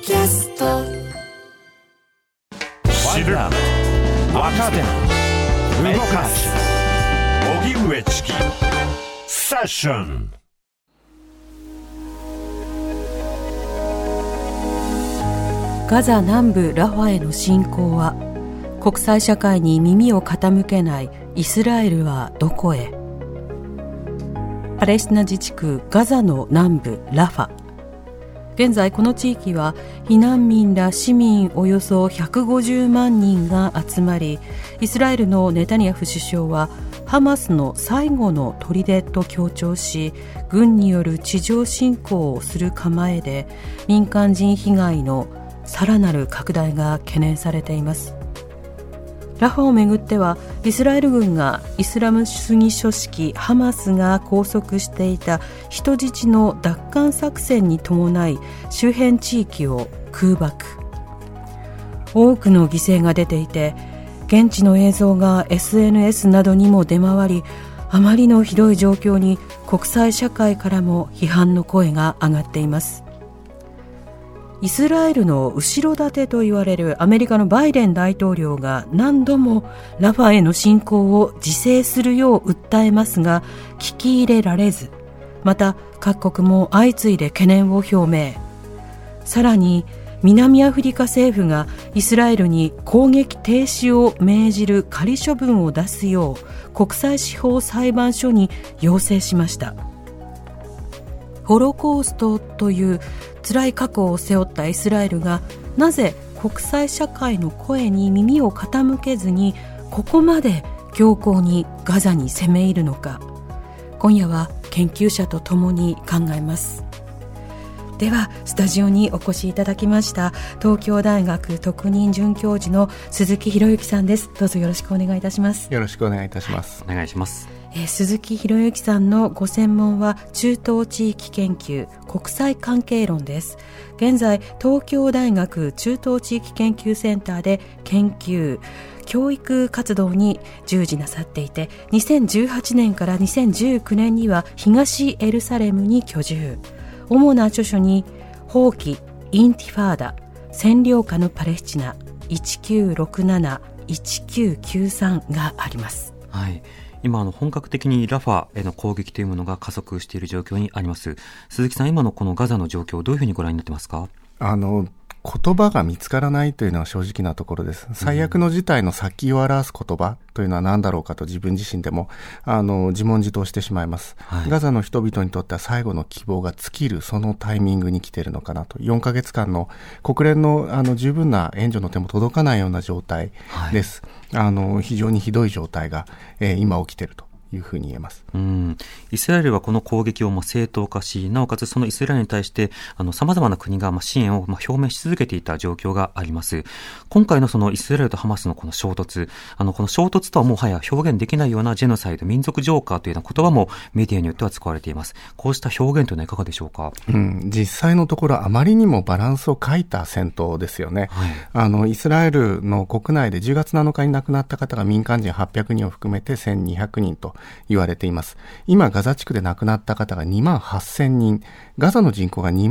キャスト。 知る、若手、動かす、荻上チキセッション。 ガザ南部ラファへの侵攻は、国際社会に耳を傾けないイスラエルはどこへ。パレスチナ自治区ガザの南部ラファ。現在この地域は避難民ら市民およそ150万人が集まり、イスラエルのネタニヤフ首相はハマスの最後の砦と強調し、軍による地上侵攻をする構えで、民間人被害のさらなる拡大が懸念されています。ラファをめぐっては、イスラエル軍がイスラム主義組織ハマスが拘束していた人質の奪還作戦に伴い、周辺地域を空爆。多くの犠牲が出ていて、現地の映像が SNS などにも出回り、あまりのひどい状況に国際社会からも批判の声が上がっています。イスラエルの後ろ盾と言われるアメリカのバイデン大統領が何度もラファへの侵攻を自制するよう訴えますが、聞き入れられず、また各国も相次いで懸念を表明。さらに南アフリカ政府がイスラエルに攻撃停止を命じる仮処分を出すよう国際司法裁判所に要請しました。ホロコーストという辛い過去を背負ったイスラエルが、なぜ国際社会の声に耳を傾けずにここまで強硬にガザに攻め入るのか。今夜は研究者と共に考えます。ではスタジオにお越しいただきました東京大学特任准教授の鈴木博之さんです。どうぞよろしくお願いいたします。 よろしくお願いいたします。 お願いします。 鈴木博之さんのご専門は中東地域研究、国際関係論です。現在東京大学中東地域研究センターで研究教育活動に従事なさっていて、2018年から2019年には東エルサレムに居住。主な著書に放棄、インティファーダ、占領下のパレスチナ、1967、1993があります。 はい、今本格的にラファへの攻撃というものが加速している状況にあります。鈴木さん、今のこのガザの状況をどういうふうにご覧になってますか？ 言葉が見つからないというのは正直なところです。最悪の事態の先を表す言葉というのは何だろうかと自分自身でも自問自答してしまいます、はい。ガザの人々にとっては最後の希望が尽きるそのタイミングに来ているのかなと。4ヶ月間の国連の十分な援助の手も届かないような状態です、はい。非常にひどい状態が、今起きているというふうに言えます。 イスラエルはこの攻撃を正当化し、なおかつそのイスラエルに対して様々な国が支援を表明し続けていた状況があります。今回のそのイスラエルとハマスのこの衝突、この衝突とはもはや表現できないようなジェノサイド、民族浄化というような言葉もメディアによっては使われています。こうした表現というのはいかがでしょうか？ 実際のところあまりにもバランスを欠いた戦闘ですよね、はい。イスラエルの国内で10月7日に亡くなった方が民間人800人を含めて1200人と言われています。今ガザ地区で亡くなった方が2万8000人、ガザの人口が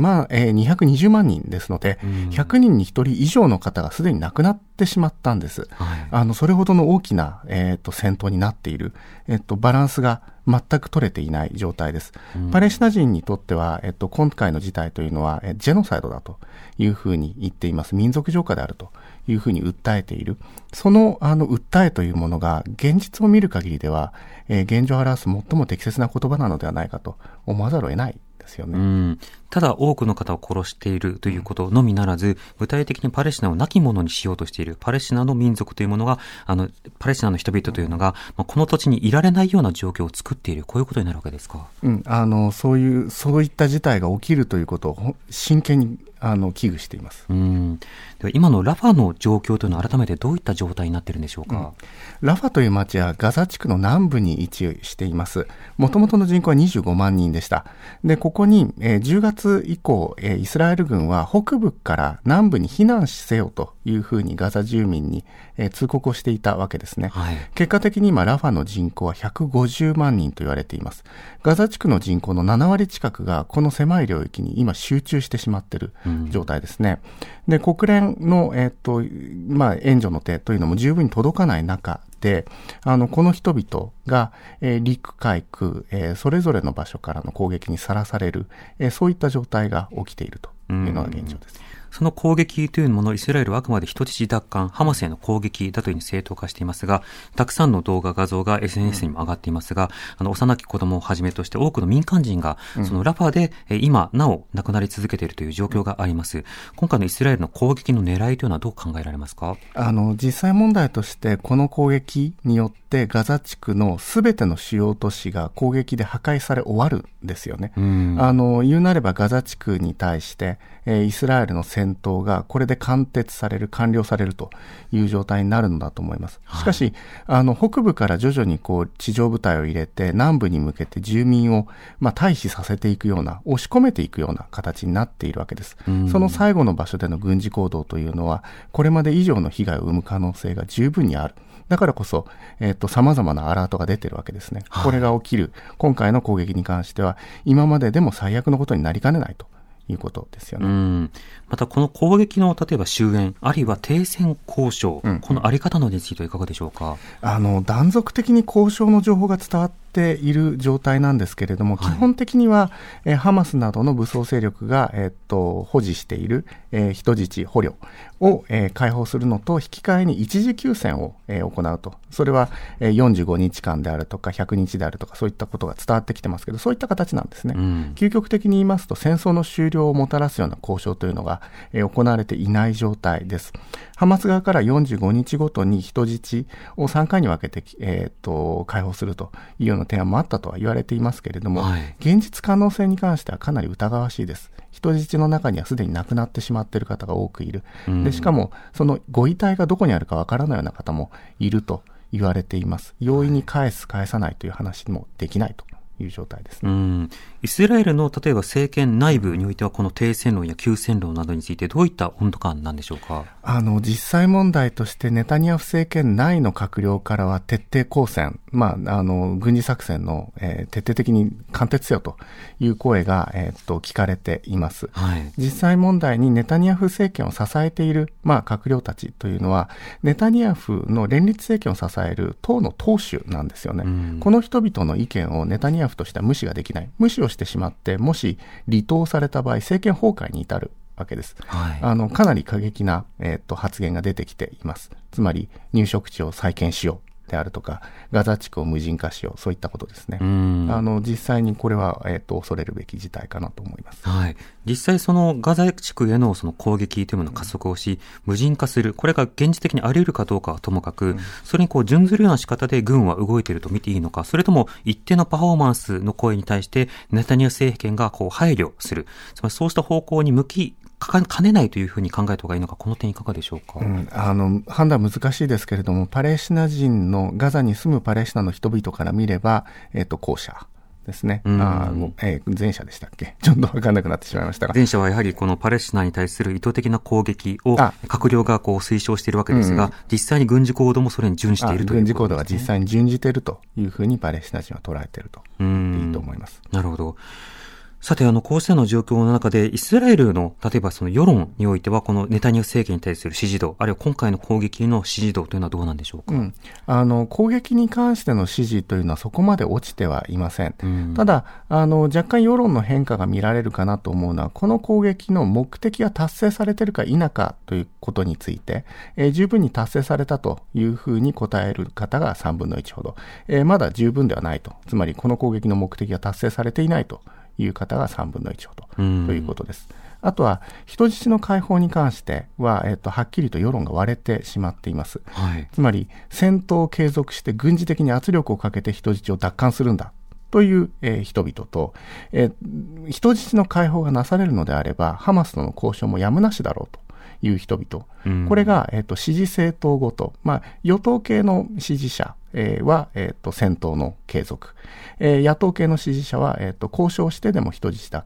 220万人ですので、100人に1人以上の方がすでに亡くなってしまったんです、はい。それほどの大きな、戦闘になっている、バランスが全く取れていない状態です、パレスチナ人にとっては、今回の事態というのはジェノサイドだというふうに言っています。民族浄化であるというふうに訴えている。その訴えというものが現実を見る限りでは、現状を表す最も適切な言葉なのではないかと思わざるを得ないですよね。 ただ多くの方を殺しているということのみならず、具体的にパレスチナを亡き者にしようとしているパレスチナの民族というものが、パレスチナの人々というのが、この土地にいられないような状況を作っている、こういうことになるわけですか？ そういった事態が起きるということを真剣に危惧しています。 では今のラファの状況というのは改めてどういった状態になっているんでしょうか？ ラファという町はガザ地区の南部に位置しています。もともとの人口は25万人でした。で、ここに、10月以降、イスラエル軍は北部から南部に避難せよというふうにガザ住民に、通告をしていたわけですね、 はい、 結果的に今ラファの人口は150万人と言われています。ガザ地区の人口の7割近くがこの狭い領域に今集中してしまっている状態ですね、で国連の、援助の手というのも十分に届かない中で、この人々が、陸海空、それぞれの場所からの攻撃にさらされる、そういった状態が起きているというのが現状です。 その攻撃というものをイスラエルはあくまで人質奪還、ハマスへの攻撃だというふうに正当化していますが、たくさんの動画、画像が SNS にも上がっていますが、幼き子供をはじめとして多くの民間人が、そのラファで今なお亡くなり続けているという状況があります。今回のイスラエルの攻撃の狙いというのはどう考えられますか？ 実際問題としてこの攻撃によってガザ地区のすべての主要都市が攻撃で破壊され終わるんですよね。言うなればガザ地区に対してイスラエルの戦闘がこれで完了されるという状態になるのだと思います。しかし、北部から徐々に地上部隊を入れて南部に向けて住民を退避させていくような、押し込めていくような形になっているわけです。その最後の場所での軍事行動というのはこれまで以上の被害を生む可能性が十分にある。だからこそ、様々なアラートが出ているわけですね。これが起きる今回の攻撃に関しては今まででも最悪のことになりかねないということですよね。 またこの攻撃の例えば終焉あるいは停戦交渉、このあり方のについてはいかがでしょうか？ 断続的に交渉の情報が伝わっている状態なんですけれども、基本的には、ハマスなどの武装勢力が、保持している、人質捕虜を、解放するのと引き換えに一時休戦を、行うと。それは、45日間であるとか100日であるとかそういったことが伝わってきてますけど、そういった形なんですね。究極的に言いますと戦争の終了をもたらすような交渉というのが、行われていない状態です。ハマス側から45日ごとに人質を3回に分けて、解放するというような提案もあったとは言われていますけれども、現実可能性に関してはかなり疑わしいです。人質の中にはすでに亡くなってしまっている方が多くいる。でしかもそのご遺体がどこにあるかわからないような方もいると言われています。容易に返さないという話もできないという状態ですね。 イスラエルの例えば政権内部においてはこの停戦論や休戦論などについてどういった温度感なんでしょうか？ 実際問題としてネタニヤフ政権内の閣僚からは徹底抗戦、軍事作戦の、徹底的に貫徹せよという声が、聞かれています。実際問題にネタニヤフ政権を支えている、閣僚たちというのはネタニヤフの連立政権を支える党の党首なんですよね。この人々の意見をネタニヤフとしては無視ができない。無視をしてしまって、もし離党された場合政権崩壊に至るわけです。かなり過激な、発言が出てきています。つまり入植地を再建しようであるとかガザ地区を無人化しよう、そういったことですね。実際にこれは、恐れるべき事態かなと思います。 実際そのガザ地区へのその攻撃というものを加速をし、無人化する、これが現実的にあり得るかどうかはともかく、それに準ずるような仕方で軍は動いていると見ていいのか、それとも一定のパフォーマンスの声に対してネタニヤフ政権が配慮する、つまりそうした方向に向きかねないというふうに考えた方がいいのか、この点いかがでしょうか？ 判断難しいですけれども、パレスチナ人のガザに住むパレスチナの人々から見れば、後者ですね。前者でしたっけ？ちょっと分かんなくなってしまいましたが、 前者はやはりこのパレスチナに対する意図的な攻撃を閣僚が推奨しているわけですが、実際に軍事行動もそれに準じているということですね。 軍事行動が実際に準じているというふうにパレスチナ人は捉えていると言っていいと思います。 なるほど。さて、こうしたの状況の中で、イスラエルの、例えばその世論においては、このネタニヤフ政権に対する支持度、あるいは今回の攻撃の支持度というのはどうなんでしょうか？ 攻撃に関しての支持というのはそこまで落ちてはいません。ただ、若干世論の変化が見られるかなと思うのは、この攻撃の目的が達成されているか否かということについて、十分に達成されたというふうに答える方が3分の1ほど、まだ十分ではないと。つまり、この攻撃の目的が達成されていないという方が3分の1ほどということです。あとは人質の解放に関しては、はっきりと世論が割れてしまっています。つまり戦闘を継続して軍事的に圧力をかけて人質を奪還するんだという、人々と、人質の解放がなされるのであればハマスとの交渉もやむなしだろうという人々、これが、支持政党ごと、与党系の支持者は、戦闘の継続、野党系の支持者は、交渉してでも人質奪還と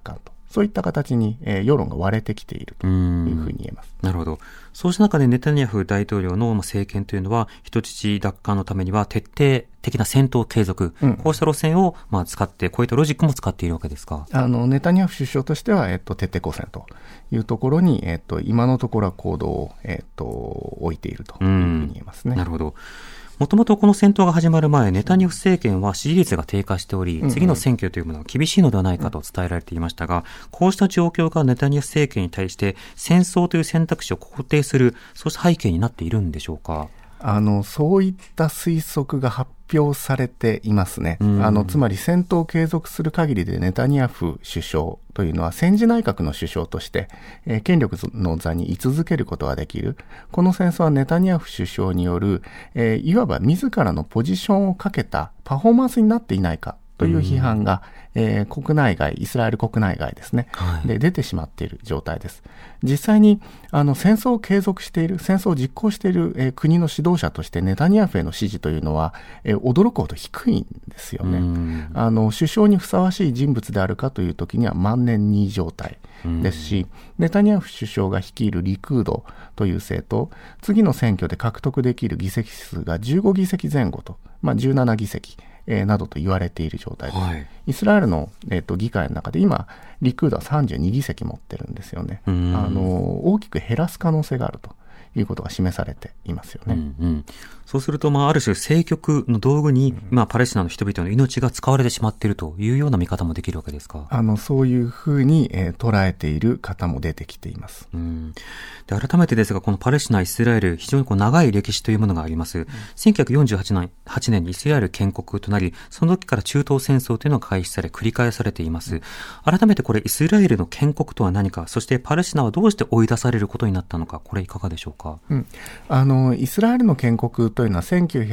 そういった形に、世論が割れてきているというふうに言えます。 なるほど。そうした中でネタニヤフ大統領の政権というのは、人質奪還のためには徹底的な戦闘継続、こうした路線を使って、こういったロジックも使っているわけですか。 ネタニヤフ首相としては、徹底抗戦というところに、今のところは行動を、置いているというふうに言えますね。 なるほど。もともとこの戦闘が始まる前、ネタニヤフ政権は支持率が低下しており、次の選挙というものが厳しいのではないかと伝えられていましたが、こうした状況がネタニヤフ政権に対して戦争という選択肢を肯定する、そうした背景になっているんでしょうか。 そういった推測が発表されていますね。つまり戦闘を継続する限りでネタニヤフ首相というのは戦時内閣の首相として、権力の座に居続けることができる。この戦争はネタニヤフ首相による、いわば自らのポジションをかけたパフォーマンスになっていないかという批判が、国内外、イスラエル国内外ですね、で出てしまっている状態です。実際に戦争を継続している、戦争を実行している、国の指導者としてネタニヤフへの支持というのは、驚くほど低いんですよね。首相にふさわしい人物であるかというときには万年2位状態ですし、ネタニヤフ首相が率いるリクードという政党、次の選挙で獲得できる議席数が15議席前後と、17議席などと言われている状態です。イスラエルの、議会の中で今リクードは32議席持ってるんですよね。大きく減らす可能性があるということが示されていますよね。 そうすると、ある種政局の道具に、パレスチナの人々の命が使われてしまっているというような見方もできるわけですか。 そういうふうに、捉えている方も出てきています。 で、改めてですが、このパレスチナ、イスラエル、非常に長い歴史というものがあります。1948年にイスラエル建国となり、その時から中東戦争というのが開始され、繰り返されています。改めてこれ、イスラエルの建国とは何か、そしてパレスチナはどうして追い出されることになったのか、これいかがでしょうか。 イスラエルの建国というのは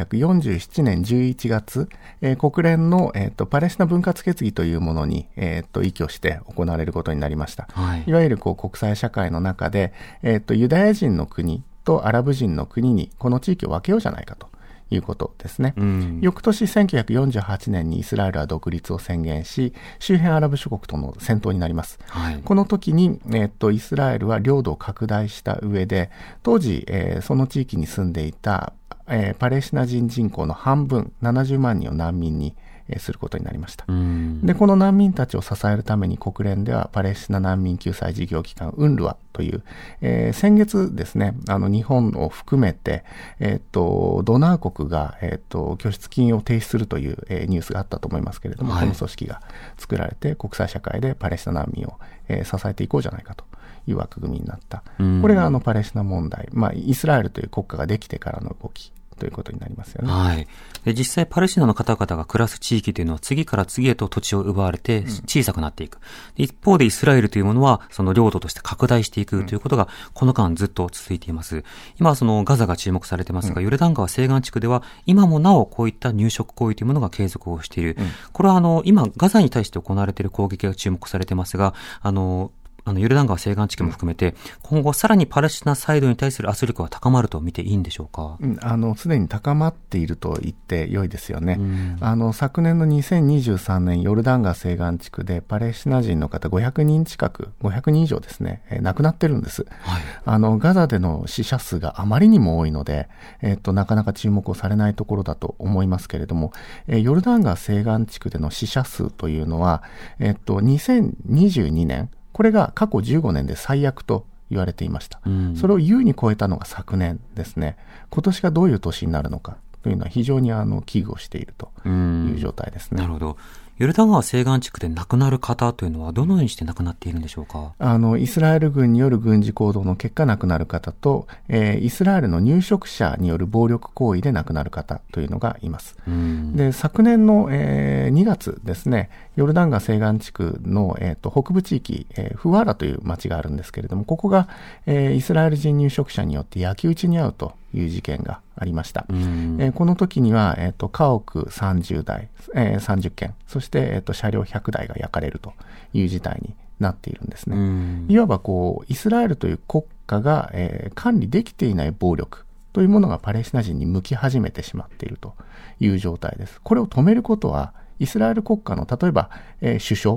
1947年11月、国連の、パレスチナ分割決議というものに、依拠して行われることになりました。いわゆる国際社会の中で、ユダヤ人の国とアラブ人の国にこの地域を分けようじゃないかということですね。翌年1948年にイスラエルは独立を宣言し、周辺アラブ諸国との戦闘になります。この時に、イスラエルは領土を拡大した上で、当時、その地域に住んでいたパレスチナ人人口の半分、70万人を難民にすることになりました。で、この難民たちを支えるために国連ではパレスチナ難民救済事業機関UNRWAという、先月ですね、日本を含めて、ドナー国が、拠出金を停止するという、ニュースがあったと思いますけれども、この組織が作られて国際社会でパレスチナ難民を、支えていこうじゃないかという枠組みになった。これがパレスチナ問題、イスラエルという国家ができてからの動きということになりますよね。 で、実際パレスチナの方々が暮らす地域というのは次から次へと土地を奪われて小さくなっていく。一方でイスラエルというものはその領土として拡大していくということがこの間ずっと続いています。今そのガザが注目されてますが、ヨルダン川西岸地区では今もなおこういった入植行為というものが継続をしている。これは今ガザに対して行われている攻撃が注目されてますが、ヨルダン川西岸地区も含めて、今後さらにパレスチナサイドに対する圧力は高まると見ていいんでしょうか。 すでに高まっていると言って良いですよね。昨年の2023年、ヨルダン川西岸地区でパレスチナ人の方500人以上ですね、亡くなってるんです。ガザでの死者数があまりにも多いので、なかなか注目をされないところだと思いますけれども、ヨルダン川西岸地区での死者数というのは、2022年、これが過去15年で最悪と言われていました。それを優に超えたのが昨年ですね。今年がどういう年になるのかというのは非常に危惧をしているという状態ですね。 なるほど。ヨルダン川西岸地区で亡くなる方というのはどのようにして亡くなっているんでしょうか。 イスラエル軍による軍事行動の結果亡くなる方と、イスラエルの入植者による暴力行為で亡くなる方というのがいます。で、昨年の、2月ですね、ヨルダン川西岸地区の、北部地域、フワーラという町があるんですけれども、ここが、イスラエル人入植者によって焼き討ちに遭うという事件がありました。この時には、家屋30台、30件、そして、車両100台が焼かれるという事態になっているんですね。いわばイスラエルという国家が、管理できていない暴力というものがパレスチナ人に向き始めてしまっているという状態です。これを止めることは、イスラエル国家の例えば、首相、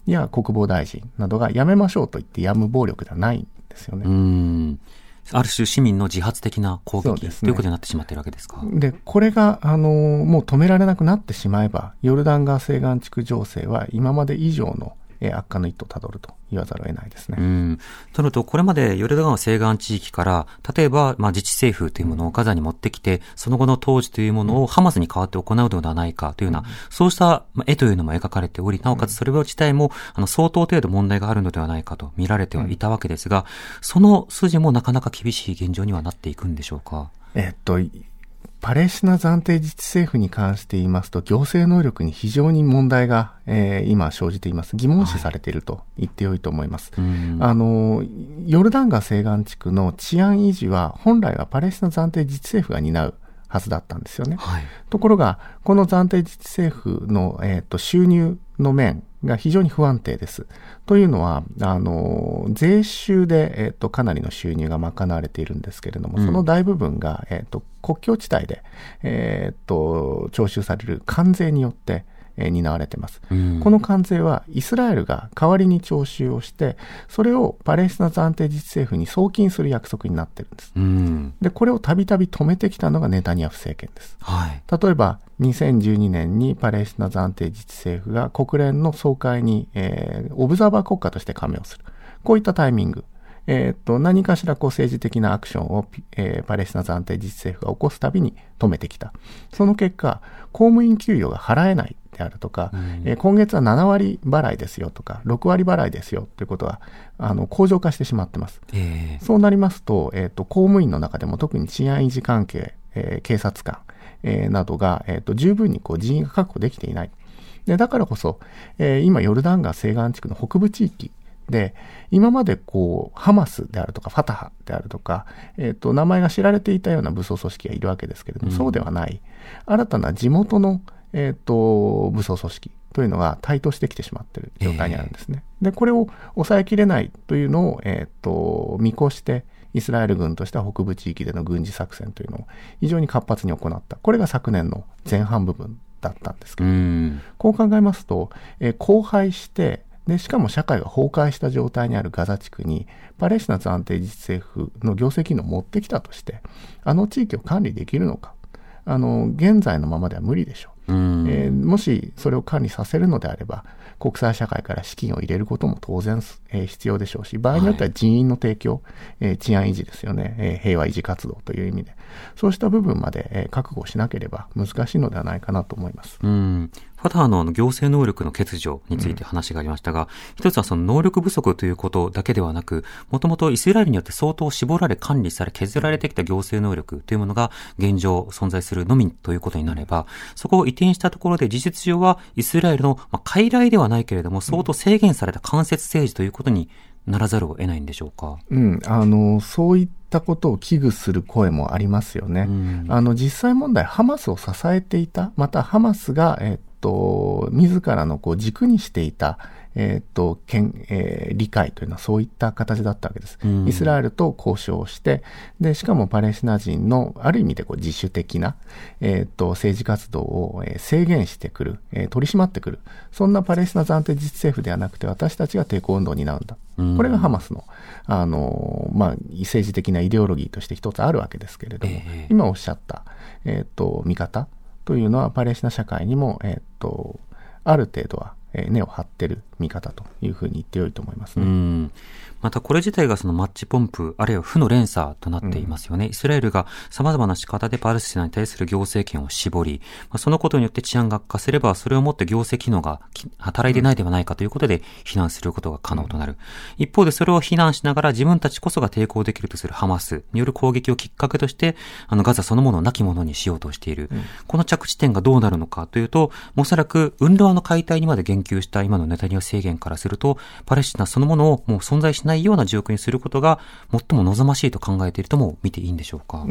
や国防大臣などがやめましょうと言ってやむ暴力ではないんですよね。 ある種市民の自発的な攻撃、ということになってしまっているわけですか。 で、これが、もう止められなくなってしまえば、ヨルダン川西岸地区情勢は今まで以上の悪化の一途をたどると言わざるを得ないですね。 となると、これまでヨルダン川西岸地域から、例えば、自治政府というものをガザに持ってきて、その後の統治というものをハマスに代わって行うのではないかというような、そうした絵というのも描かれており、なおかつそれ自体も相当程度問題があるのではないかと見られてはいたわけですが、その筋もなかなか厳しい現状にはなっていくんでしょうか。 パレスチナ暫定自治政府に関して言いますと、行政能力に非常に問題が、今生じています。疑問視されていると言ってよいと思います。ヨルダン川西岸地区の治安維持は本来はパレスチナ暫定自治政府が担うはずだったんですよね。ところが、この暫定自治政府の、収入の面が非常に不安定です。というのは、税収で、かなりの収入が賄われているんですけれども、その大部分が、国境地帯で、徴収される関税によって、担われています。この関税はイスラエルが代わりに徴収をして、それをパレスチナ暫定自治政府に送金する約束になっているんです。で、これをたびたび止めてきたのがネタニヤフ政権です。例えば、2012年にパレスチナ暫定自治政府が国連の総会に、オブザーバー国家として加盟をする。こういったタイミング。何かしら政治的なアクションを、パレスチナ暫定自治政府が起こすたびに止めてきた。その結果、公務員給与が払えないであるとか、今月は7割払いですよとか、6割払いですよということは、向上化してしまってます。そうなりますと、公務員の中でも特に治安維持関係、警察官、などが、十分に人員が確保できていない。で、だからこそ、今ヨルダン川西岸地区の北部地域、で、今までハマスであるとか、ファタハであるとか、名前が知られていたような武装組織がいるわけですけれども、そうではない、新たな地元の、武装組織というのが台頭してきてしまっている状態にあるんですね。で、これを抑えきれないというのを、見越して、イスラエル軍としては北部地域での軍事作戦というのを非常に活発に行った。これが昨年の前半部分だったんですけど、こう考えますと、荒廃して、で、しかも社会が崩壊した状態にあるガザ地区に、パレスチナ暫定自治政府の行政機能を持ってきたとして、地域を管理できるのか。現在のままでは無理でしょう。もしそれを管理させるのであれば、国際社会から資金を入れることも当然、必要でしょうし、場合によっては人員の提供、治安維持ですよね、平和維持活動という意味で、そうした部分まで、覚悟しなければ難しいのではないかなと思います。 ファタハの行政能力の欠如について話がありましたが、一つはその能力不足ということだけではなく、もともとイスラエルによって相当絞られ管理され削られてきた行政能力というものが現状存在するのみということになれば、そこを移転したところで事実上はイスラエルの傀儡ではないけれども相当制限された間接政治ということにならざるを得ないんでしょうか。 そういったことを危惧する声もありますよね。実際問題、ハマスを支えていた、またハマスが、自らの軸にしていた、理解というのはそういった形だったわけです。イスラエルと交渉をして、で、しかもパレスチナ人のある意味で自主的な、政治活動を制限してくる、取り締まってくる。そんなパレスチナ暫定自治政府ではなくて、私たちが抵抗運動を担うんだ。これがハマスの、政治的なイデオロギーとして一つあるわけですけれども、今おっしゃった、見方というのはパレスチナ社会にも、ある程度は根を張ってる見方というふうに言ってよいと思いますね。 またこれ自体がそのマッチポンプあるいは負の連鎖となっていますよね。イスラエルが様々な仕方でパレスチナに対する行政権を絞り、そのことによって治安が悪化すればそれをもって行政機能が働いてないではないかということで非難することが可能となる。一方でそれを非難しながら自分たちこそが抵抗できるとするハマスによる攻撃をきっかけとしてガザそのものをなきものにしようとしている。この着地点がどうなるのかというと、おそらくUNRWAの解体にまで言及した今のネタニヤフ政権からすると、パレスチナそのものをもう存在しないような状況にすることが最も望ましいと考えているとも見ていいんでしょうか。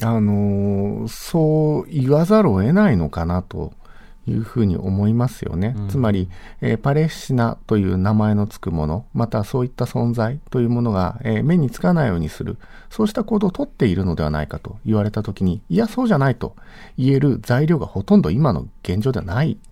そう言わざるを得ないのかなというふうに思いますよね。つまり、パレスチナという名前のつくもの、またそういった存在というものが、目につかないようにする、そうした行動をとっているのではないかと言われたときに、いやそうじゃないと言える材料がほとんど今の現状ではない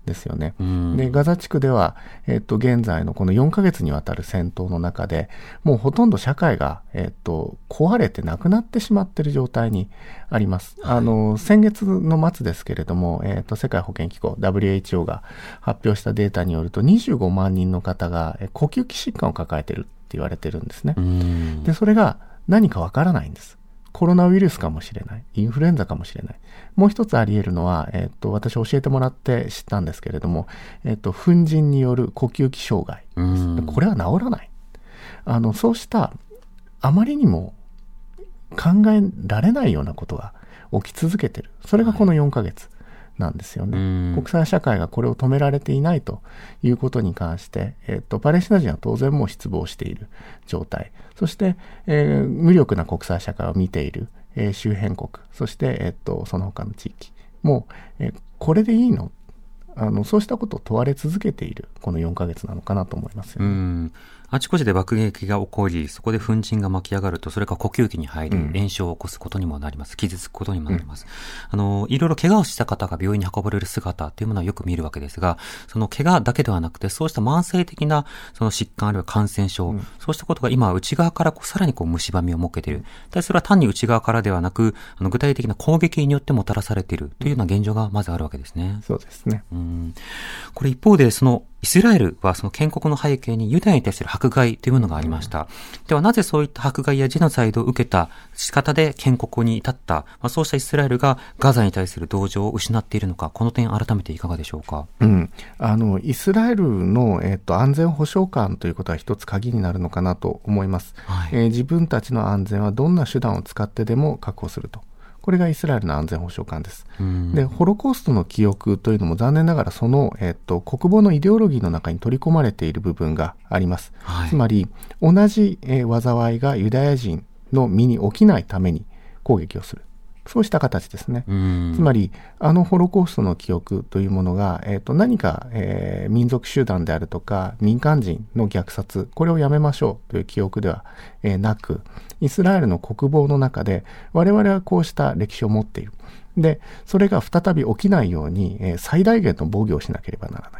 ですよね。で、ガザ地区では、現在のこの4ヶ月にわたる戦闘の中で、もうほとんど社会が、壊れてなくなってしまっている状態にあります。先月の末ですけれども、世界保健機構 WHO が発表したデータによると、25万人の方が呼吸器疾患を抱えているって言われてるんですね。で、それが何かわからないんです。コロナウイルスかもしれない。インフルエンザかもしれない。もう一つあり得るのは、私教えてもらって知ったんですけれども、粉塵による呼吸器障害です。これは治らない。そうしたあまりにも考えられないようなことが起き続けている。それがこの4ヶ月なんですよね。国際社会がこれを止められていないということに関して、パレスチナ人は当然もう失望している状態。そして、無力な国際社会を見ている、周辺国、そして、その他の地域も、これでいいの？そうしたことを問われ続けているこの4ヶ月なのかなと思いますよね。 あちこちで爆撃が起こり、そこで粉塵が巻き上がると、それが呼吸器に入り、炎症を起こすことにもなります。傷つくことにもなります。いろいろ怪我をした方が病院に運ばれる姿というものはよく見るわけですが、その怪我だけではなくて、そうした慢性的なその疾患あるいは感染症、そうしたことが今内側からさらに蝕みを設けている。それは単に内側からではなく、具体的な攻撃によってもたらされているというような現状がまずあるわけですね。 そうですね。 これ一方で、イスラエルはその建国の背景にユダヤに対する迫害というものがありました。ではなぜそういった迫害やジェノサイドを受けた仕方で建国に至った、そうしたイスラエルがガザに対する同情を失っているのか、この点改めていかがでしょうか。 イスラエルの、安全保障観ということは一つ鍵になるのかなと思います。自分たちの安全はどんな手段を使ってでも確保すると。これがイスラエルの安全保障観です。で、ホロコーストの記憶というのも残念ながらその、国防のイデオロギーの中に取り込まれている部分があります。つまり、同じ、災いがユダヤ人の身に起きないために攻撃をする。そうした形ですね。つまり、ホロコーストの記憶というものが、何か、民族集団であるとか、民間人の虐殺、これをやめましょうという記憶では、なく、イスラエルの国防の中で、我々はこうした歴史を持っている。で、それが再び起きないように、最大限の防御をしなければならない。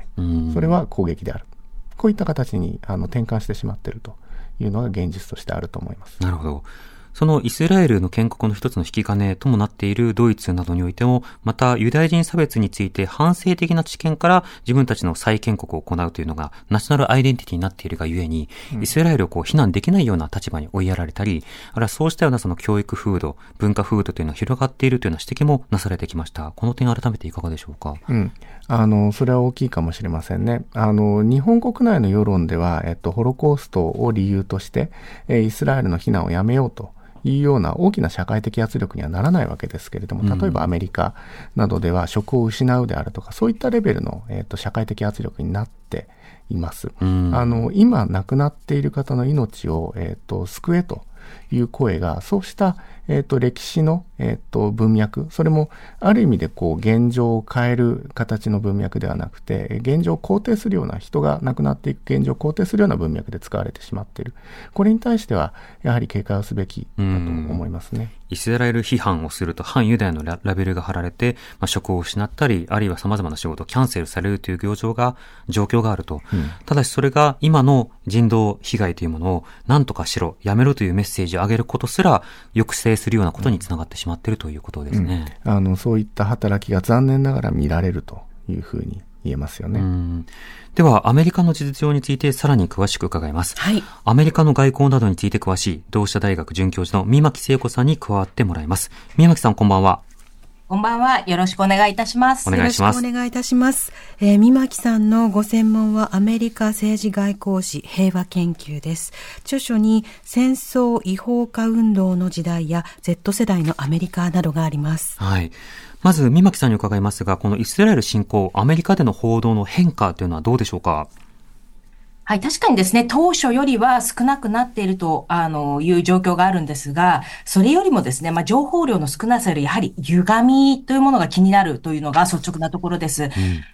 それは攻撃である。こういった形に転換してしまっているというのが現実としてあると思います。 なるほど。そのイスラエルの建国の一つの引き金ともなっているドイツなどにおいても、またユダヤ人差別について反省的な知見から自分たちの再建国を行うというのがナショナルアイデンティティになっているがゆえに、イスラエルを非難できないような立場に追いやられたり、あるいはそうしたようなその教育風土、文化風土というのが広がっているというような指摘もなされてきました。この点改めていかがでしょうか。 それは大きいかもしれませんね。日本国内の世論では、ホロコーストを理由として、イスラエルの非難をやめようというような大きな社会的圧力にはならないわけですけれども、例えばアメリカなどでは職を失うであるとか、そういったレベルの、社会的圧力になっています。今亡くなっている方の命を、救えという声が、そうした、歴史の、文脈、それもある意味で現状を変える形の文脈ではなくて、現状を肯定するような、人が亡くなっていく現状を肯定するような文脈で使われてしまっている。これに対してはやはり警戒をすべきだと思いますね。 イスラエル批判をすると反ユダヤのラベルが貼られて、職を失ったり、あるいは様々な仕事をキャンセルされるという状況があると。ただしそれが今の人道被害というものを何とかしろ、やめろというメッセージを上げることすら抑制するようなことにつながってしまっているということですね。 そういった働きが残念ながら見られるというふうに言えますよね。 ではアメリカの事実上についてさらに詳しく伺います。アメリカの外交などについて詳しい同志社大学准教授の三巻聖子さんに加わってもらいます。三巻さん、こんばんは。 こんばんは。よろしくお願いいたします。 お願いします。 よろしくお願いいたします。三巻さんのご専門はアメリカ政治外交史平和研究です。著書に戦争違法化運動の時代や Z 世代のアメリカなどがあります。 まず三巻さんに伺いますが、このイスラエル侵攻、アメリカでの報道の変化というのはどうでしょうか。 確かにですね、当初よりは少なくなっているという状況があるんですが、それよりもですね、情報量の少なさよりやはり歪みというものが気になるというのが率直なところです。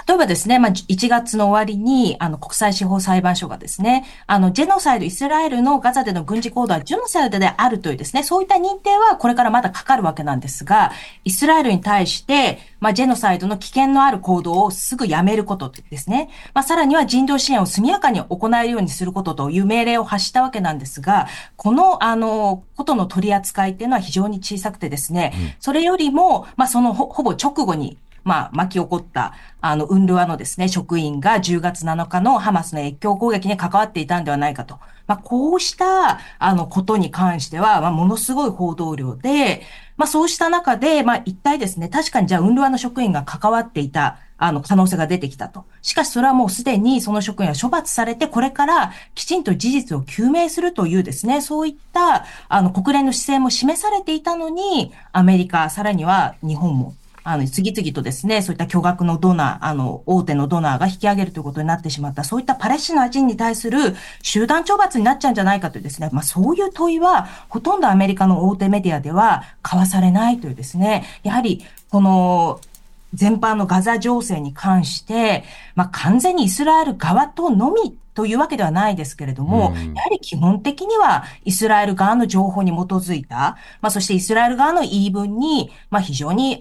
例えばですね、1月の終わりに、国際司法裁判所がですね、ジェノサイド、イスラエルのガザでの軍事行動はジェノサイドであるというですね、そういった認定はこれからまだかかるわけなんですが、イスラエルに対して、ジェノサイドの危険のある行動をすぐやめることですね。さらには人道支援を速やかに行えるようにすることという命令を発したわけなんですが、この、ことの取り扱いっていうのは非常に小さくてですね、それよりも、そのほぼ直後に、巻き起こった、ウンルワのですね、職員が10月7日のハマスの越境攻撃に関わっていたんではないかと。こうした、ことに関しては、ものすごい報道量で、そうした中で、一体ですね、確かにじゃあ、ウンルワの職員が関わっていた、可能性が出てきたと。しかし、それはもうすでにその職員は処罰されて、これからきちんと事実を究明するというですね、そういった、国連の姿勢も示されていたのに、アメリカ、さらには日本も、次々とですね、そういった巨額のドナー、大手のドナーが引き上げるということになってしまった、そういったパレスチナ人に対する集団懲罰になっちゃうんじゃないかというですね、そういう問いは、ほとんどアメリカの大手メディアでは交わされないというですね、やはり、この、全般のガザ情勢に関して、完全にイスラエル側とのみというわけではないですけれども、やはり基本的にはイスラエル側の情報に基づいた、そしてイスラエル側の言い分に、非常に、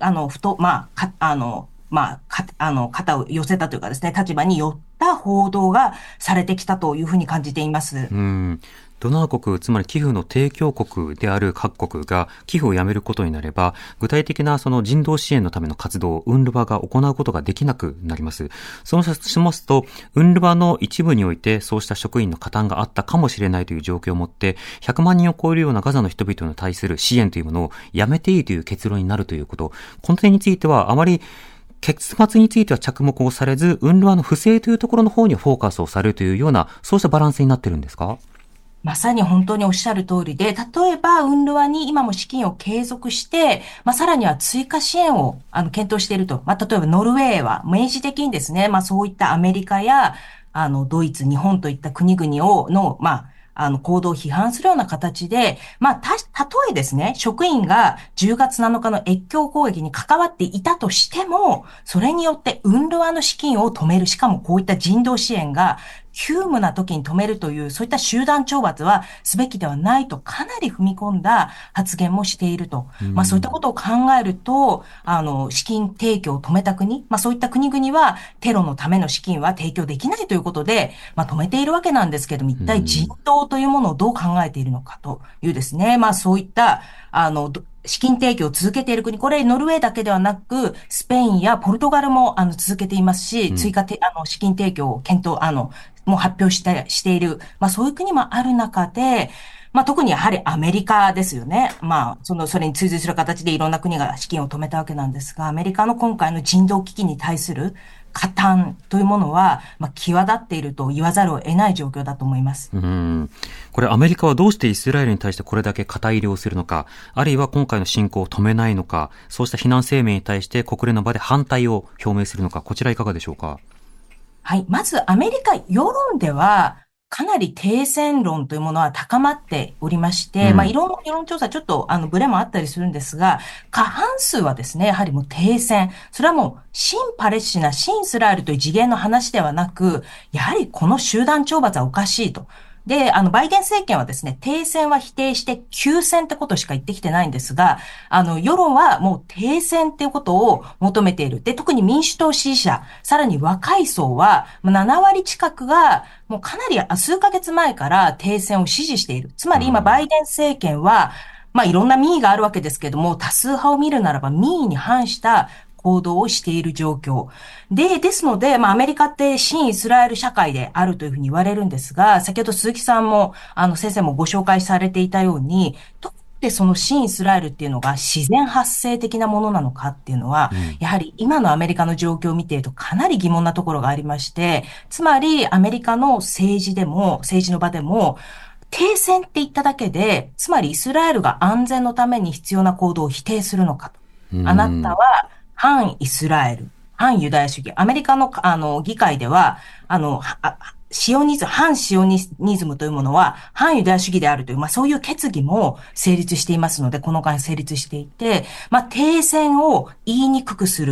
肩を寄せたというかですね、立場に寄った報道がされてきたというふうに感じています。 ドナー国、つまり寄付の提供国である各国が寄付をやめることになれば、具体的なその人道支援のための活動をウンルバが行うことができなくなります。そうしますと、ウンルバの一部においてそうした職員の加担があったかもしれないという状況をもって、100万人を超えるようなガザの人々に対する支援というものをやめていいという結論になるということ。この点についてはあまり結末については着目をされず、ウンルバの不正というところの方にフォーカスをされるというような、そうしたバランスになっているんですか？ まさに本当におっしゃる通りで、例えば、ウンルワに今も資金を継続して、さらには追加支援を検討していると。例えば、ノルウェーは明示的にですね、そういったアメリカや、ドイツ、日本といった国々行動を批判するような形で、たとえですね、職員が10月7日の越境攻撃に関わっていたとしても、それによってウンルワの資金を止める、しかもこういった人道支援が急務な時に止めるという、そういった集団懲罰はすべきではないとかなり踏み込んだ発言もしていると。そういったことを考えると、資金提供を止めた国、そういった国々はテロのための資金は提供できないということで、止めているわけなんですけども、一体人道というものをどう考えているのかというですね、そういった、資金提供を続けている国、これノルウェーだけではなく、スペインやポルトガルも続けていますし、追加資金提供を検討、もう発表している、そういう国もある中で、特にやはりアメリカですよね。それに追随する形でいろんな国が資金を止めたわけなんですが、アメリカの今回の人道危機に対する加担というものは、際立っていると言わざるを得ない状況だと思います。 これアメリカはどうしてイスラエルに対してこれだけ肩入れをするのか、あるいは今回の侵攻を止めないのか、そうした非難声明に対して国連の場で反対を表明するのか、こちらいかがでしょうか？ はい。まず、アメリカ世論では、かなり停戦論というものは高まっておりまして、いろんな世論調査ちょっとブレもあったりするんですが、過半数はですね、やはりもう停戦。それはもう、新パレスチナ、新イスラエルという次元の話ではなく、やはりこの集団懲罰はおかしいと。で、バイデン政権はですね、停戦は否定して休戦ってことしか言ってきてないんですが、世論はもう停戦っていうことを求めている。で、特に民主党支持者、さらに若い層は、7割近くが、もうかなり数ヶ月前から停戦を支持している。つまり今、バイデン政権は、いろんな民意があるわけですけれども、多数派を見るならば民意に反した行動をしている状況。ですので、アメリカって新イスラエル社会であるというふうに言われるんですが、先ほど鈴木さんも、先生もご紹介されていたように、どうしてその新イスラエルっていうのが自然発生的なものなのかっていうのは、やはり今のアメリカの状況を見ているとかなり疑問なところがありまして、つまりアメリカの政治の場でも、停戦って言っただけで、つまりイスラエルが安全のために必要な行動を否定するのかと。あなたは、反イスラエル、反ユダヤ主義。アメリカの、議会では、反シオニズムというものは、反ユダヤ主義であるという、そういう決議も成立していますので、この間成立していて、停戦を言いにくくする。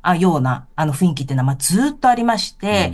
ような、雰囲気っていうのは、ずっとありまして、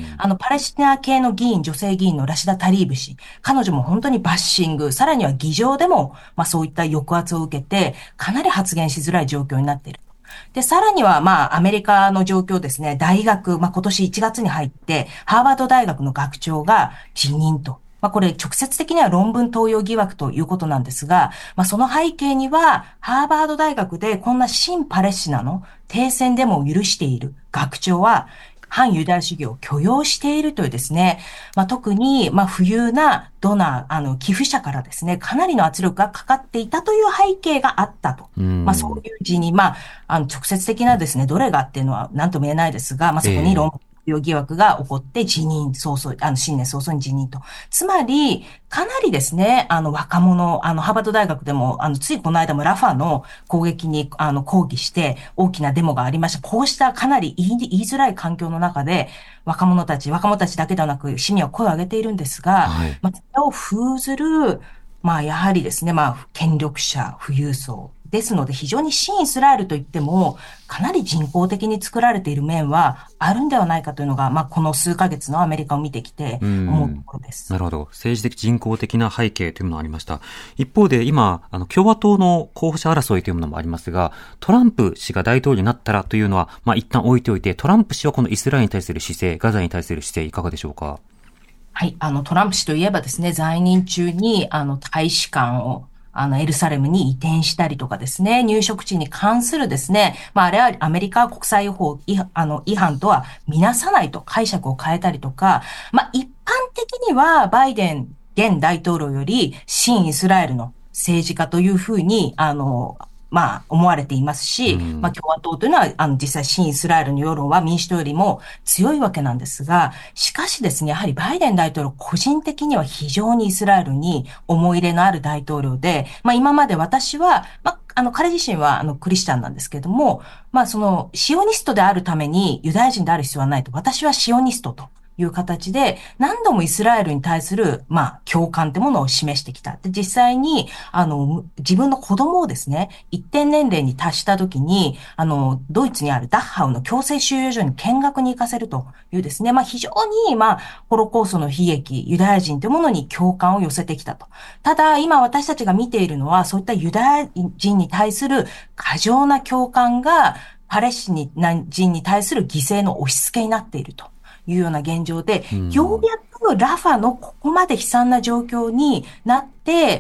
パレスチナ系の議員、女性議員のラシダ・タリーブ氏、彼女も本当にバッシング、さらには議場でも、そういった抑圧を受けて、かなり発言しづらい状況になっている。で、さらには、アメリカの状況ですね、大学、今年1月に入って、ハーバード大学の学長が辞任と。これ直接的には論文盗用疑惑ということなんですが、その背景には、ハーバード大学でこんな親パレスチナの停戦デモを許している学長は、反ユダヤ主義を許容しているというですね、特に、富裕なドナー、寄付者からですね、かなりの圧力がかかっていたという背景があったと。そういう時に、直接的なですね、どれがっていうのは何とも言えないですが、そこに論文疑惑が起こって辞任早々、新年早々に辞任と。つまり、かなりですね、若者、ハーバード大学でも、ついこの間もラファの攻撃に、抗議して、大きなデモがありました。こうしたかなり言いづらい環境の中で、若者たちだけではなく、市民は声を上げているんですが、それを封ずる、やはりですね、権力者、富裕層。ですので、非常に親イスラエルといっても、かなり人工的に作られている面はあるんではないかというのが、この数ヶ月のアメリカを見てきて思うところです。 なるほど。政治的人工的な背景というものがありました。一方で今、共和党の候補者争いというものもありますが、トランプ氏が大統領になったらというのは、一旦置いておいて、トランプ氏はこのイスラエルに対する姿勢、ガザに対する姿勢、いかがでしょうか？ はい。トランプ氏といえばですね、在任中に、大使館を、エルサレムに移転したりとかですね、入植地に関するですね、あれはアメリカ国際法違反とは見なさないと解釈を変えたりとか、一般的にはバイデン現大統領より親イスラエルの政治家というふうに、思われていますし、共和党というのは、実際親イスラエルの世論は民主党よりも強いわけなんですが、しかしですね、やはりバイデン大統領個人的には非常にイスラエルに思い入れのある大統領で、今まで私は、彼自身はクリスチャンなんですけれども、そのシオニストであるためにユダヤ人である必要はないと。私はシオニストという形で、何度もイスラエルに対する、共感ってものを示してきた。で、実際に、自分の子供をですね、一定年齢に達した時に、ドイツにあるダッハウの強制収容所に見学に行かせるというですね、非常に、ホロコーストの悲劇、ユダヤ人というものに共感を寄せてきたと。ただ、今私たちが見ているのは、そういったユダヤ人に対する過剰な共感が、パレスチナ人に対する犠牲の押し付けになっているというような現状で、ようやくラファのここまで悲惨な状況になって、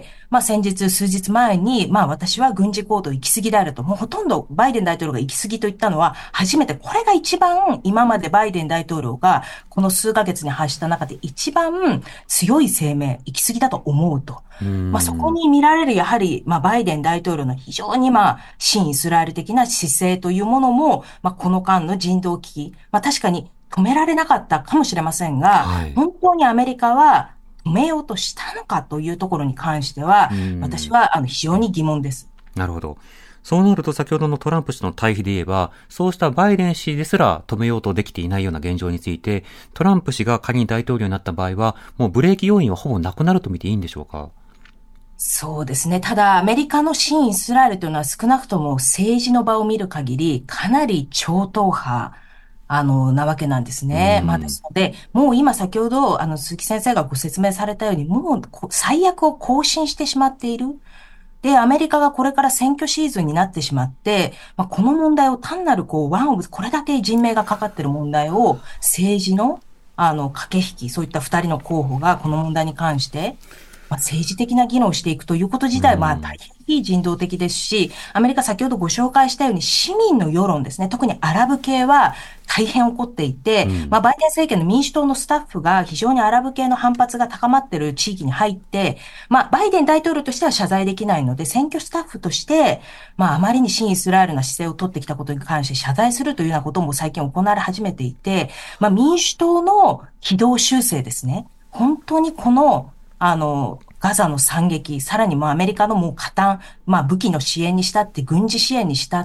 数日前に、私は軍事行動行き過ぎであると、もうほとんどバイデン大統領が行き過ぎと言ったのは、初めて、これが一番今までバイデン大統領がこの数ヶ月に発した中で一番強い声明、行き過ぎだと思うと。そこに見られるやはり、バイデン大統領の非常に親イスラエル的な姿勢というものも、この間の人道危機、確かに止められなかったかもしれませんが、本当にアメリカは止めようとしたのかというところに関しては、私は非常に疑問です。 なるほど。そうなると先ほどのトランプ氏の対比で言えば、そうしたバイデン氏ですら止めようとできていないような現状について、トランプ氏が仮に大統領になった場合は、もうブレーキ要因はほぼなくなると見ていいんでしょうか？ そうですね。ただ、アメリカの親イスラエルというのは少なくとも政治の場を見る限り、かなり超党派、なわけなんですね。ですので、もう今先ほど、鈴木先生がご説明されたように、もう最悪を更新してしまっている。で、アメリカがこれから選挙シーズンになってしまって、この問題を単なるこれだけ人命がかかっている問題を政治の、駆け引き、そういった二人の候補がこの問題に関して、政治的な議論をしていくということ自体は、大変非人道的ですし、アメリカ先ほどご紹介したように市民の世論ですね、特にアラブ系は大変起こっていて、バイデン政権の民主党のスタッフが非常にアラブ系の反発が高まっている地域に入って、バイデン大統領としては謝罪できないので、選挙スタッフとして、あまりに親イスラエルな姿勢を取ってきたことに関して謝罪するというようなことも最近行われ始めていて、民主党の軌道修正ですね、本当にこの、ガザの惨劇、さらにアメリカのもう加担、武器の支援にしたって、軍事支援にしたって、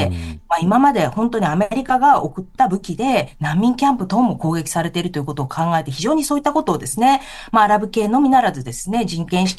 今まで本当にアメリカが送った武器で難民キャンプ等も攻撃されているということを考えて、非常にそういったことをですね、アラブ系のみならずですね、人権意識が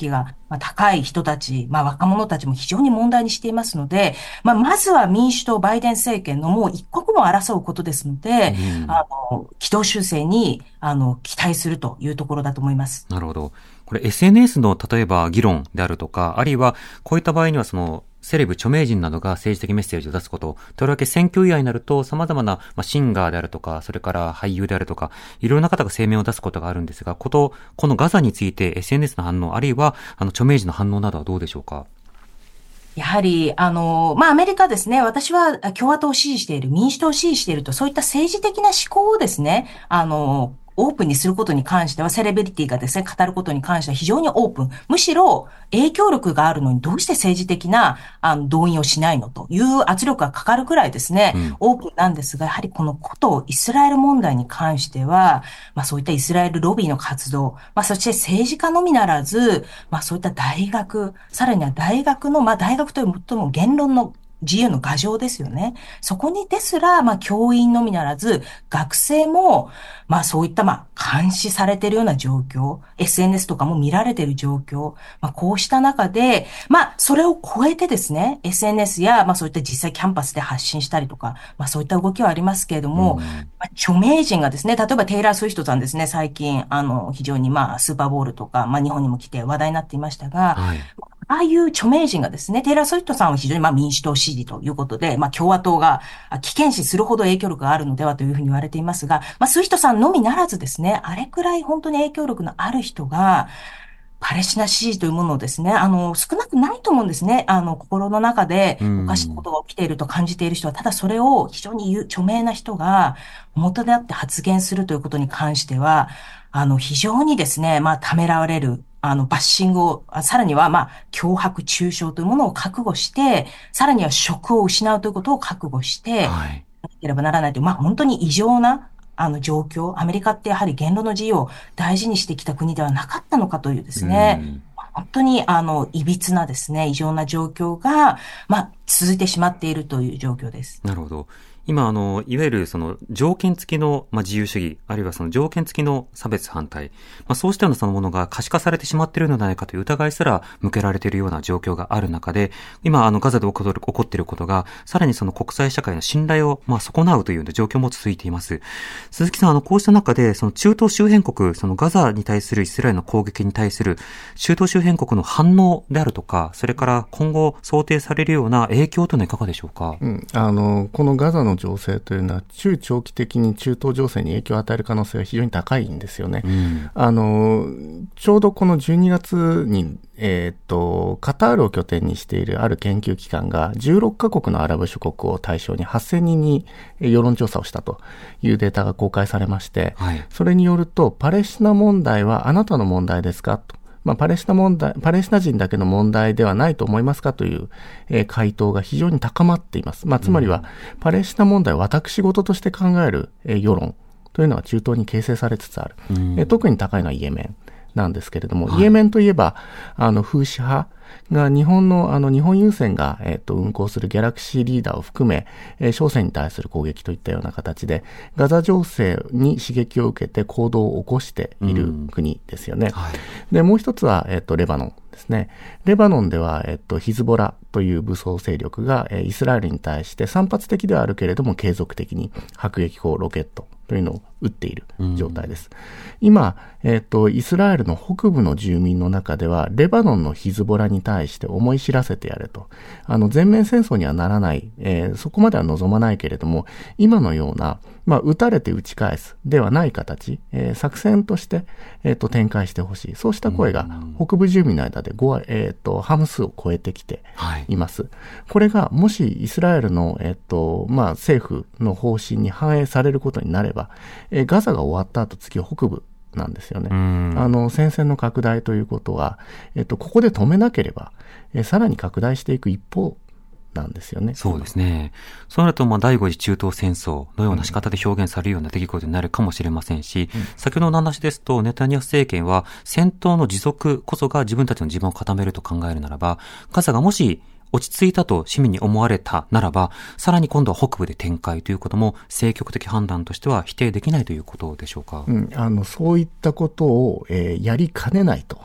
高い人たち、若者たちも非常に問題にしていますので、まずは民主党バイデン政権のもう一刻も争うことですので、軌道修正に、期待するというところだと思います。 なるほど。これ SNS の例えば議論であるとか、あるいはこういった場合にはセレブ、著名人などが政治的メッセージを出すこと、とりわけ選挙イヤーになると様々な、シンガーであるとか、それから俳優であるとか、いろいろな方が声明を出すことがあるんですが、このガザについて SNS の反応、あるいは著名人の反応などはどうでしょうか？ やはり、アメリカですね、私は共和党を支持している、民主党を支持していると、そういった政治的な思考をですね、オープンにすることに関しては、セレブリティがですね、語ることに関しては非常にオープン。むしろ、影響力があるのにどうして政治的な、動員をしないのという圧力がかかるくらいですね、オープンなんですが、やはりこのことイスラエル問題に関しては、そういったイスラエルロビーの活動、そして政治家のみならず、そういった大学、さらには大学の、大学という最も言論の自由の牙城ですよね。そこにですら、教員のみならず、学生も、そういった、監視されているような状況、SNS とかも見られている状況、こうした中で、それを超えてですね、SNS や、そういった実際キャンパスで発信したりとか、そういった動きはありますけれども、著名人がですね、例えばテイラー・スウィフトさんですね、最近、非常にスーパーボウルとか、日本にも来て話題になっていましたが、はい、ああいう著名人がですね、テイラー・スウィフトさんは非常に民主党支持ということで、共和党が危険視するほど影響力があるのではというふうに言われていますが、スウィフトさんのみならずですね、あれくらい本当に影響力のある人が、パレスチナ支持というものをですね、少なくないと思うんですね。心の中でおかしなことが起きていると感じている人は、ただそれを非常に著名な人が表であって発言するということに関しては、非常にですね、ためらわれる、バッシングを、さらには、脅迫、中傷というものを覚悟して、さらには職を失うということを覚悟して、なければならないという、本当に異常な、状況、アメリカってやはり言論の自由を大事にしてきた国ではなかったのかというですね、本当に、いびつなですね、異常な状況が、続いてしまっているという状況です。 なるほど。今、いわゆる条件付きの、自由主義、あるいは条件付きの差別反対、そうしたようなものが可視化されてしまっているのではないかという疑いすら向けられているような状況がある中で、今、ガザで起こっていることが、さらに国際社会の信頼を、損なうというような状況も続いています。鈴木さん、こうした中で、中東周辺国、ガザに対するイスラエルの攻撃に対する中東周辺国の反応であるとか、それから今後想定されるような影響というのはいかがでしょうか？ このガザの情勢というのは中長期的に中東情勢に影響を与える可能性が非常に高いんですよね。ちょうどこの12月に、カタールを拠点にしているある研究機関が16カ国のアラブ諸国を対象に8000人に世論調査をしたというデータが公開されまして、それによるとパレスチナ問題はあなたの問題ですかと。パレスチナ人だけの問題ではないと思いますかという、回答が非常に高まっています。つまりは、パレスチナ問題を私事として考える、世論というのは中東に形成されつつある。特に高いのはイエメンなんですけれども、イエメンといえば、フーシ派が日本郵船が、運航するギャラクシーリーダーを含め、商船に対する攻撃といったような形で、ガザ情勢に刺激を受けて行動を起こしている国ですよね。で、もう一つは、レバノンですね。レバノンでは、ヒズボラという武装勢力が、イスラエルに対して散発的ではあるけれども継続的に迫撃砲、ロケットというのを撃っている状態です。今、イスラエルの北部の住民の中では、レバノンのヒズボラに対して思い知らせてやれと。全面戦争にはならない、そこまでは望まないけれども、今のような、撃たれて撃ち返すではない形、作戦として、展開してほしい。そうした声が北部住民の間で半数を超えてきています。これがもしイスラエルの、政府の方針に反映されることになれば、ガザが終わった後次は北部なんですよね。戦線の拡大ということは、ここで止めなければ、さらに拡大していく一方なんですよね。 そうですね。そうなると、第5次中東戦争のような仕方で表現されるような出来事になるかもしれませんし、先ほどの話ですと、ネタニヤフ政権は戦闘の持続こそが自分たちの地盤を固めると考えるならば、ガザがもし落ち着いたと市民に思われたならば、さらに今度は北部で展開ということも政局的判断としては否定できないということでしょうか？ そういったことを、やりかねないと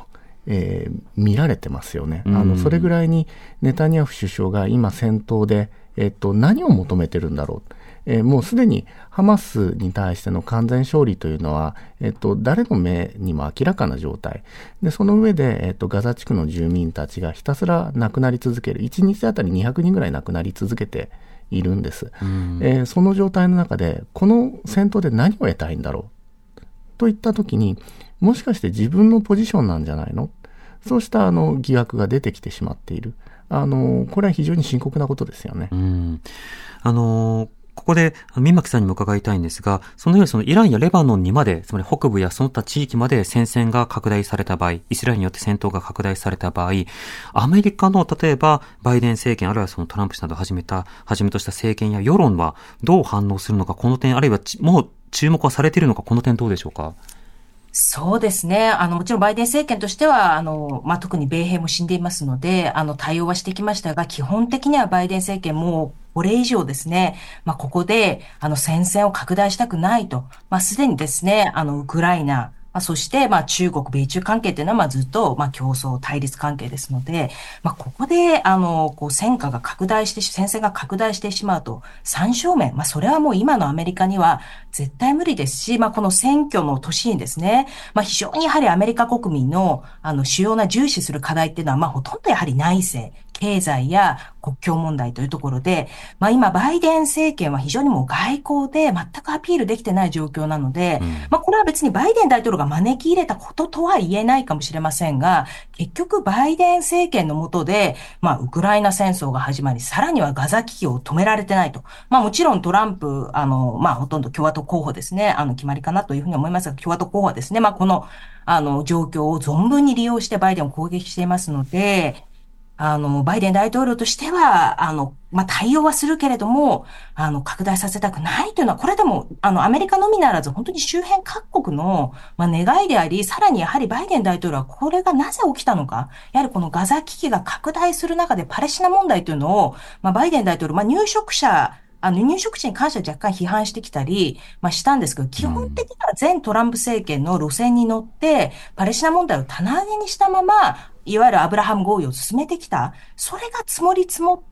見られてますよね。それぐらいにネタニヤフ首相が今戦闘で、何を求めてるんだろう。もうすでにハマスに対しての完全勝利というのは、誰の目にも明らかな状態。で、その上で、ガザ地区の住民たちがひたすら亡くなり続ける。1日あたり200人ぐらい亡くなり続けているんです。その状態の中で、この戦闘で何を得たいんだろうといったときに、もしかして自分のポジションなんじゃないの？そうした疑惑が出てきてしまっている。これは非常に深刻なことですよね。 ここで、三巻さんにも伺いたいんですが、そのようにそのイランやレバノンにまで、つまり北部やその他地域まで戦線が拡大された場合、イスラエルによって戦闘が拡大された場合、アメリカの例えばバイデン政権、あるいはそのトランプ氏などをはじめとした政権や世論はどう反応するのか、この点、あるいはもう注目はされているのか、この点どうでしょうか？ そうですね。もちろんバイデン政権としては、特に米兵も死んでいますので、対応はしてきましたが、基本的にはバイデン政権も、これ以上ですね、ここで、戦線を拡大したくないと、すでにですね、ウクライナ、そして、中国、米中関係っていうのは、ずっと、競争、対立関係ですので、ここで、戦線が拡大してしまうと、三正面、それはもう今のアメリカには絶対無理ですし、この選挙の年にですね、非常にやはりアメリカ国民の、主要な重視する課題っていうのは、ほとんどやはり内政、経済や国境問題というところで、今、バイデン政権は非常にもう外交で全くアピールできてない状況なので、これは別にバイデン大統領が招き入れたこととは言えないかもしれませんが、結局バイデン政権の下で、ウクライナ戦争が始まり、さらにはガザ危機を止められてないと。もちろんトランプ、ほとんど共和党候補ですね、決まりかなというふうに思いますが、共和党候補はですね、この、状況を存分に利用してバイデンを攻撃していますので、バイデン大統領としては、対応はするけれども、拡大させたくないというのは、これでも、アメリカのみならず、本当に周辺各国の、願いであり、さらにやはりバイデン大統領は、これがなぜ起きたのか、やはりこのガザ危機が拡大する中で、パレスチナ問題というのを、バイデン大統領、入植者に関しては若干批判してきたり、したんですけど、基本的には前トランプ政権の路線に乗って、パレスチナ問題を棚上げにしたまま、いわゆるアブラハム合意を進めてきた。それが積もり積もって、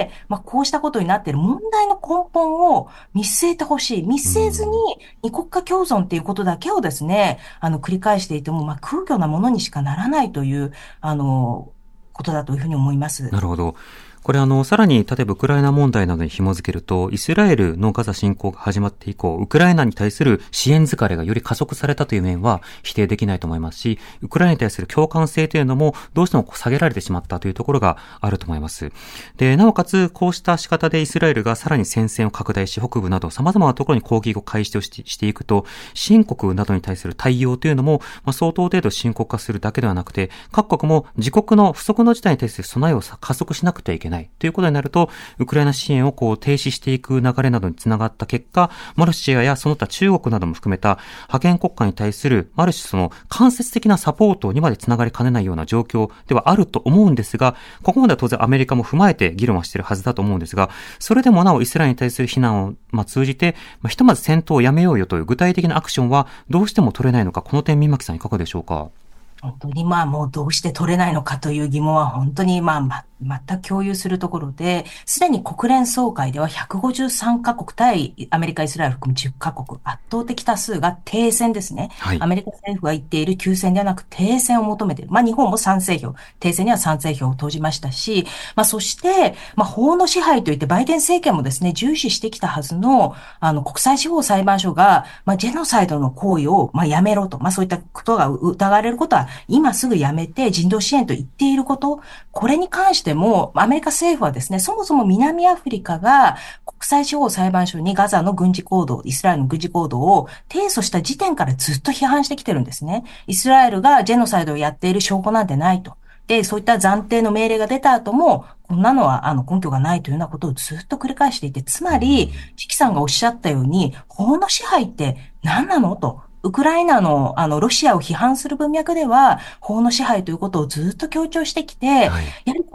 こうしたことになっている問題の根本を見据えてほしい。見据えずに、二国家共存っていうことだけをですね、繰り返していても、空虚なものにしかならないという、ことだというふうに思います。 なるほど。これさらに、例えばウクライナ問題などに紐づけると、イスラエルのガザ侵攻が始まって以降、ウクライナに対する支援疲れがより加速されたという面は否定できないと思いますし、ウクライナに対する共感性というのもどうしても下げられてしまったというところがあると思います。で、なおかつ、こうした仕方でイスラエルがさらに戦線を拡大し、北部など様々なところに攻撃を開始していくと、支援国などに対する対応というのも、相当程度深刻化するだけではなくて、各国も自国の不測の事態に対する備えを加速しなくてはいけないということになると、ウクライナ支援を停止していく流れなどにつながった結果、ロシアやその他中国なども含めた覇権国家に対する、ある種その間接的なサポートにまでつながりかねないような状況ではあると思うんですが、ここまでは当然アメリカも踏まえて議論はしているはずだと思うんですが、それでもなおイスラエルに対する非難を通じて、ひとまず戦闘をやめようよという具体的なアクションはどうしても取れないのか、この点、三巻さんいかがでしょうか？ 本当にもうどうして取れないのかという疑問は本当に全く共有するところで、すでに国連総会では153カ国対アメリカ、イスラエル含む10カ国、圧倒的多数が停戦ですね。はい、アメリカ政府が言っている休戦ではなく停戦を求めている。日本も賛成票、停戦には賛成票を投じましたし、そして、法の支配といってバイデン政権もですね、重視してきたはずの、国際司法裁判所が、ジェノサイドの行為を、やめろと、そういったことが疑われることは、今すぐやめて人道支援と言っていること、これに関してもアメリカ政府はですね、そもそも南アフリカが国際司法裁判所にガザの軍事行動、イスラエルの軍事行動を提訴した時点からずっと批判してきてるんですね。イスラエルがジェノサイドをやっている証拠なんてないと。で、そういった暫定の命令が出た後も、こんなのは根拠がないというようなことをずっと繰り返していて、つまり、チキさんがおっしゃったように、法の支配って何なのと。ウクライナのロシアを批判する文脈では法の支配ということをずっと強調してきて、やはりこ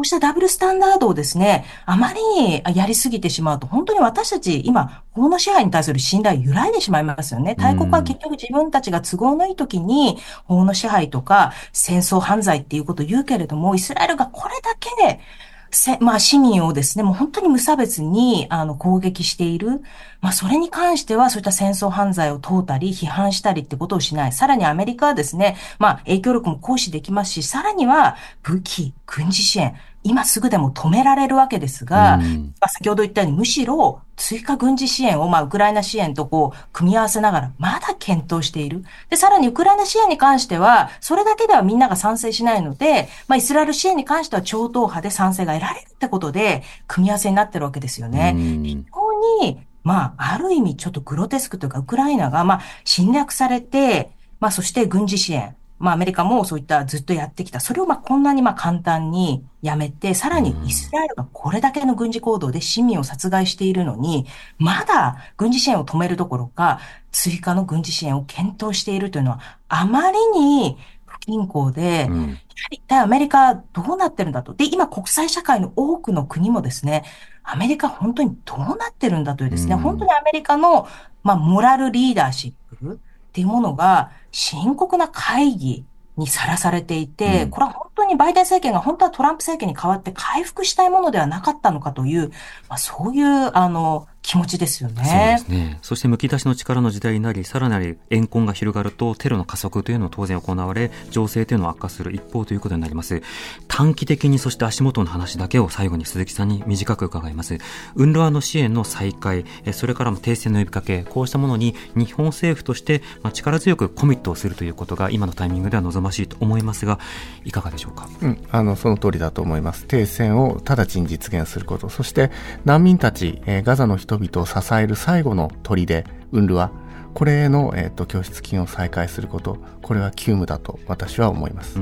うしたダブルスタンダードをですね、あまりにやりすぎてしまうと、本当に私たち今、法の支配に対する信頼揺らいでしまいますよね。大国は結局自分たちが都合のいい時に、法の支配とか戦争犯罪っていうことを言うけれども、イスラエルがこれだけ、市民をですね、もう本当に無差別に、攻撃している。それに関しては、そういった戦争犯罪を問うたり、批判したりってことをしない。さらにアメリカはですね、影響力も行使できますし、さらには、武器、軍事支援、今すぐでも止められるわけですが、先ほど言ったように、むしろ、追加軍事支援を、ウクライナ支援と組み合わせながら、まだ検討している。で、さらにウクライナ支援に関しては、それだけではみんなが賛成しないので、イスラエル支援に関しては超党派で賛成が得られるってことで、組み合わせになってるわけですよね。非常に、ある意味ちょっとグロテスクというか、ウクライナが、侵略されて、そして軍事支援。アメリカもそういったずっとやってきた。それをこんなに簡単にやめて、さらにイスラエルがこれだけの軍事行動で市民を殺害しているのに、まだ軍事支援を止めるどころか、追加の軍事支援を検討しているというのは、あまりに不均衡で、やはり一体アメリカどうなってるんだと。で、今国際社会の多くの国もですね、アメリカ本当にどうなってるんだというですね、本当にアメリカの、モラルリーダーシップっていうものが深刻な会議にさらされていて、これは本当にバイデン政権が本当はトランプ政権に代わって回復したいものではなかったのかという、そういう気持ちですよね。 そうですね。そしてむき出しの力の時代になり、さらなる怨恨が広がるとテロの加速というのは当然行われ、情勢というのは悪化する一方ということになります。短期的にそして足元の話だけを最後に鈴木さんに短く伺います。UNRWAの支援の再開、それから停戦の呼びかけ、こうしたものに日本政府として力強くコミットをするということが今のタイミングでは望ましいと思いますが、いかがでしょうか。 その通りだと思います。停戦を直ちに実現すること、そして難民たち、ガザの人々を支える最後の砦、UNRWA、これへの、拠出金を再開すること、これは急務だと私は思います。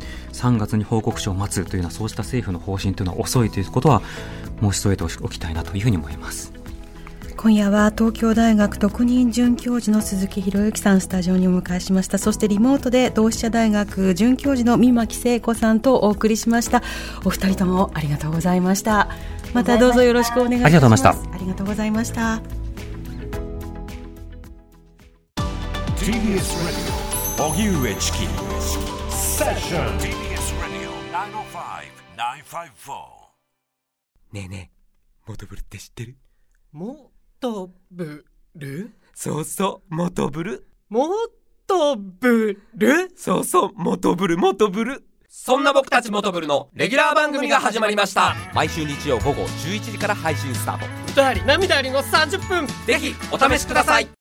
3月に報告書を待つというのは、そうした政府の方針というのは遅いということは申し添えておきたいなというふうに思います。 今夜は東京大学特任准教授の鈴木博之さん、スタジオにお迎えしました。そしてリモートで同志社大学准教授の三巻聖子さんとお送りしました。お二人ともありがとうございました。またどうぞよろしくお願いします。 ありがとうございました。 ありがとうございました。 TBS Radio 荻上チキセッション TBS Radio 905-954。 ねえねえ、モトブルって知ってる？ モトブル？ そうそう、モトブル。 モトブル？ そうそう、モトブル、モトブル。そんな僕たちモトブルのレギュラー番組が始まりました。毎週日曜午後11時から配信スタート。 歌あり涙ありの30分、 ぜひお試しください。